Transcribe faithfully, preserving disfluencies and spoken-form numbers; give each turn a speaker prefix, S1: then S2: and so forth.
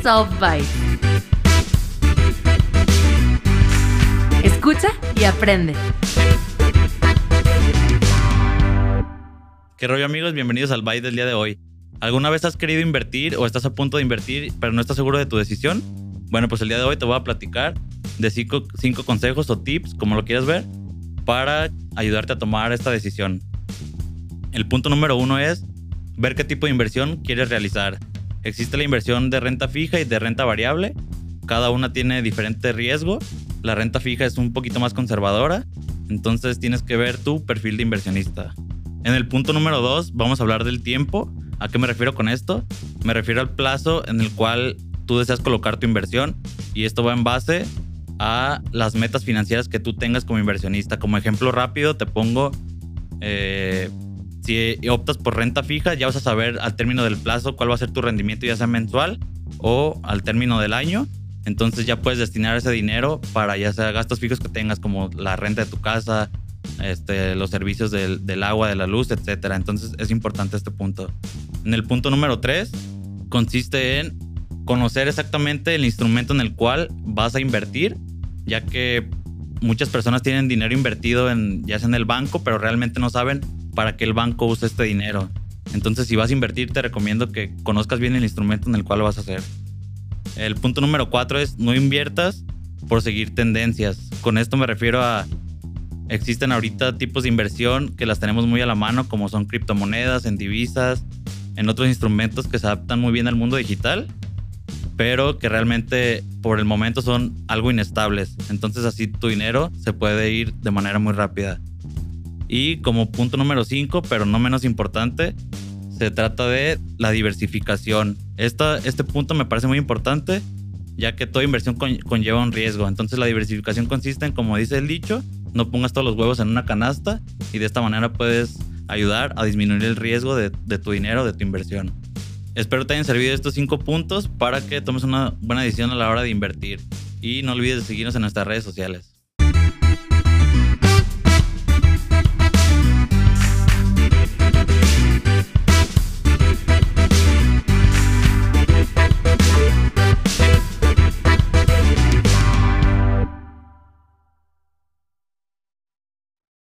S1: Solve Byte. Escucha y aprende.
S2: ¿Qué rollo, amigos? Bienvenidos al Byte del día de hoy. ¿Alguna vez has querido invertir o estás a punto de invertir pero no estás seguro de tu decisión? Bueno, pues el día de hoy te voy a platicar de cinco, cinco consejos o tips, como lo quieras ver, para ayudarte a tomar esta decisión. El punto número uno es ver qué tipo de inversión quieres realizar. Existe la inversión de renta fija y de renta variable. Cada una tiene diferente riesgo. La renta fija es un poquito más conservadora, entonces tienes que ver tu perfil de inversionista. En el punto número dos vamos a hablar del tiempo. ¿A qué me refiero con esto? Me refiero al plazo en el cual tú deseas colocar tu inversión, y esto va en base a las metas financieras que tú tengas como inversionista. Como ejemplo rápido te pongo, eh, si optas por renta fija, ya vas a saber al término del plazo cuál va a ser tu rendimiento, ya sea mensual o al término del año. Entonces ya puedes destinar ese dinero para ya sea gastos fijos que tengas, como la renta de tu casa, este, los servicios del, del agua, de la luz, etcétera. Entonces es importante este punto. En el punto número tres consiste en conocer exactamente el instrumento en el cual vas a invertir, ya que muchas personas tienen dinero invertido en, ya sea en el banco, pero realmente no saben para qué el banco usa este dinero. Entonces, si vas a invertir, te recomiendo que conozcas bien el instrumento en el cual lo vas a hacer. El punto número cuatro es no inviertas por seguir tendencias. Con esto me refiero a existen ahorita tipos de inversión que las tenemos muy a la mano, como son criptomonedas, en divisas, en otros instrumentos que se adaptan muy bien al mundo digital, pero que realmente por el momento son algo inestables. Entonces así tu dinero se puede ir de manera muy rápida. Y como punto número cinco, pero no menos importante, se trata de la diversificación. Esta, este punto me parece muy importante, ya que toda inversión con, conlleva un riesgo. Entonces la diversificación consiste en, como dice el dicho, no pongas todos los huevos en una canasta, y de esta manera puedes ayudar a disminuir el riesgo de, de tu dinero, de tu inversión. Espero te hayan servido estos cinco puntos para que tomes una buena decisión a la hora de invertir. Y no olvides de seguirnos en nuestras redes sociales.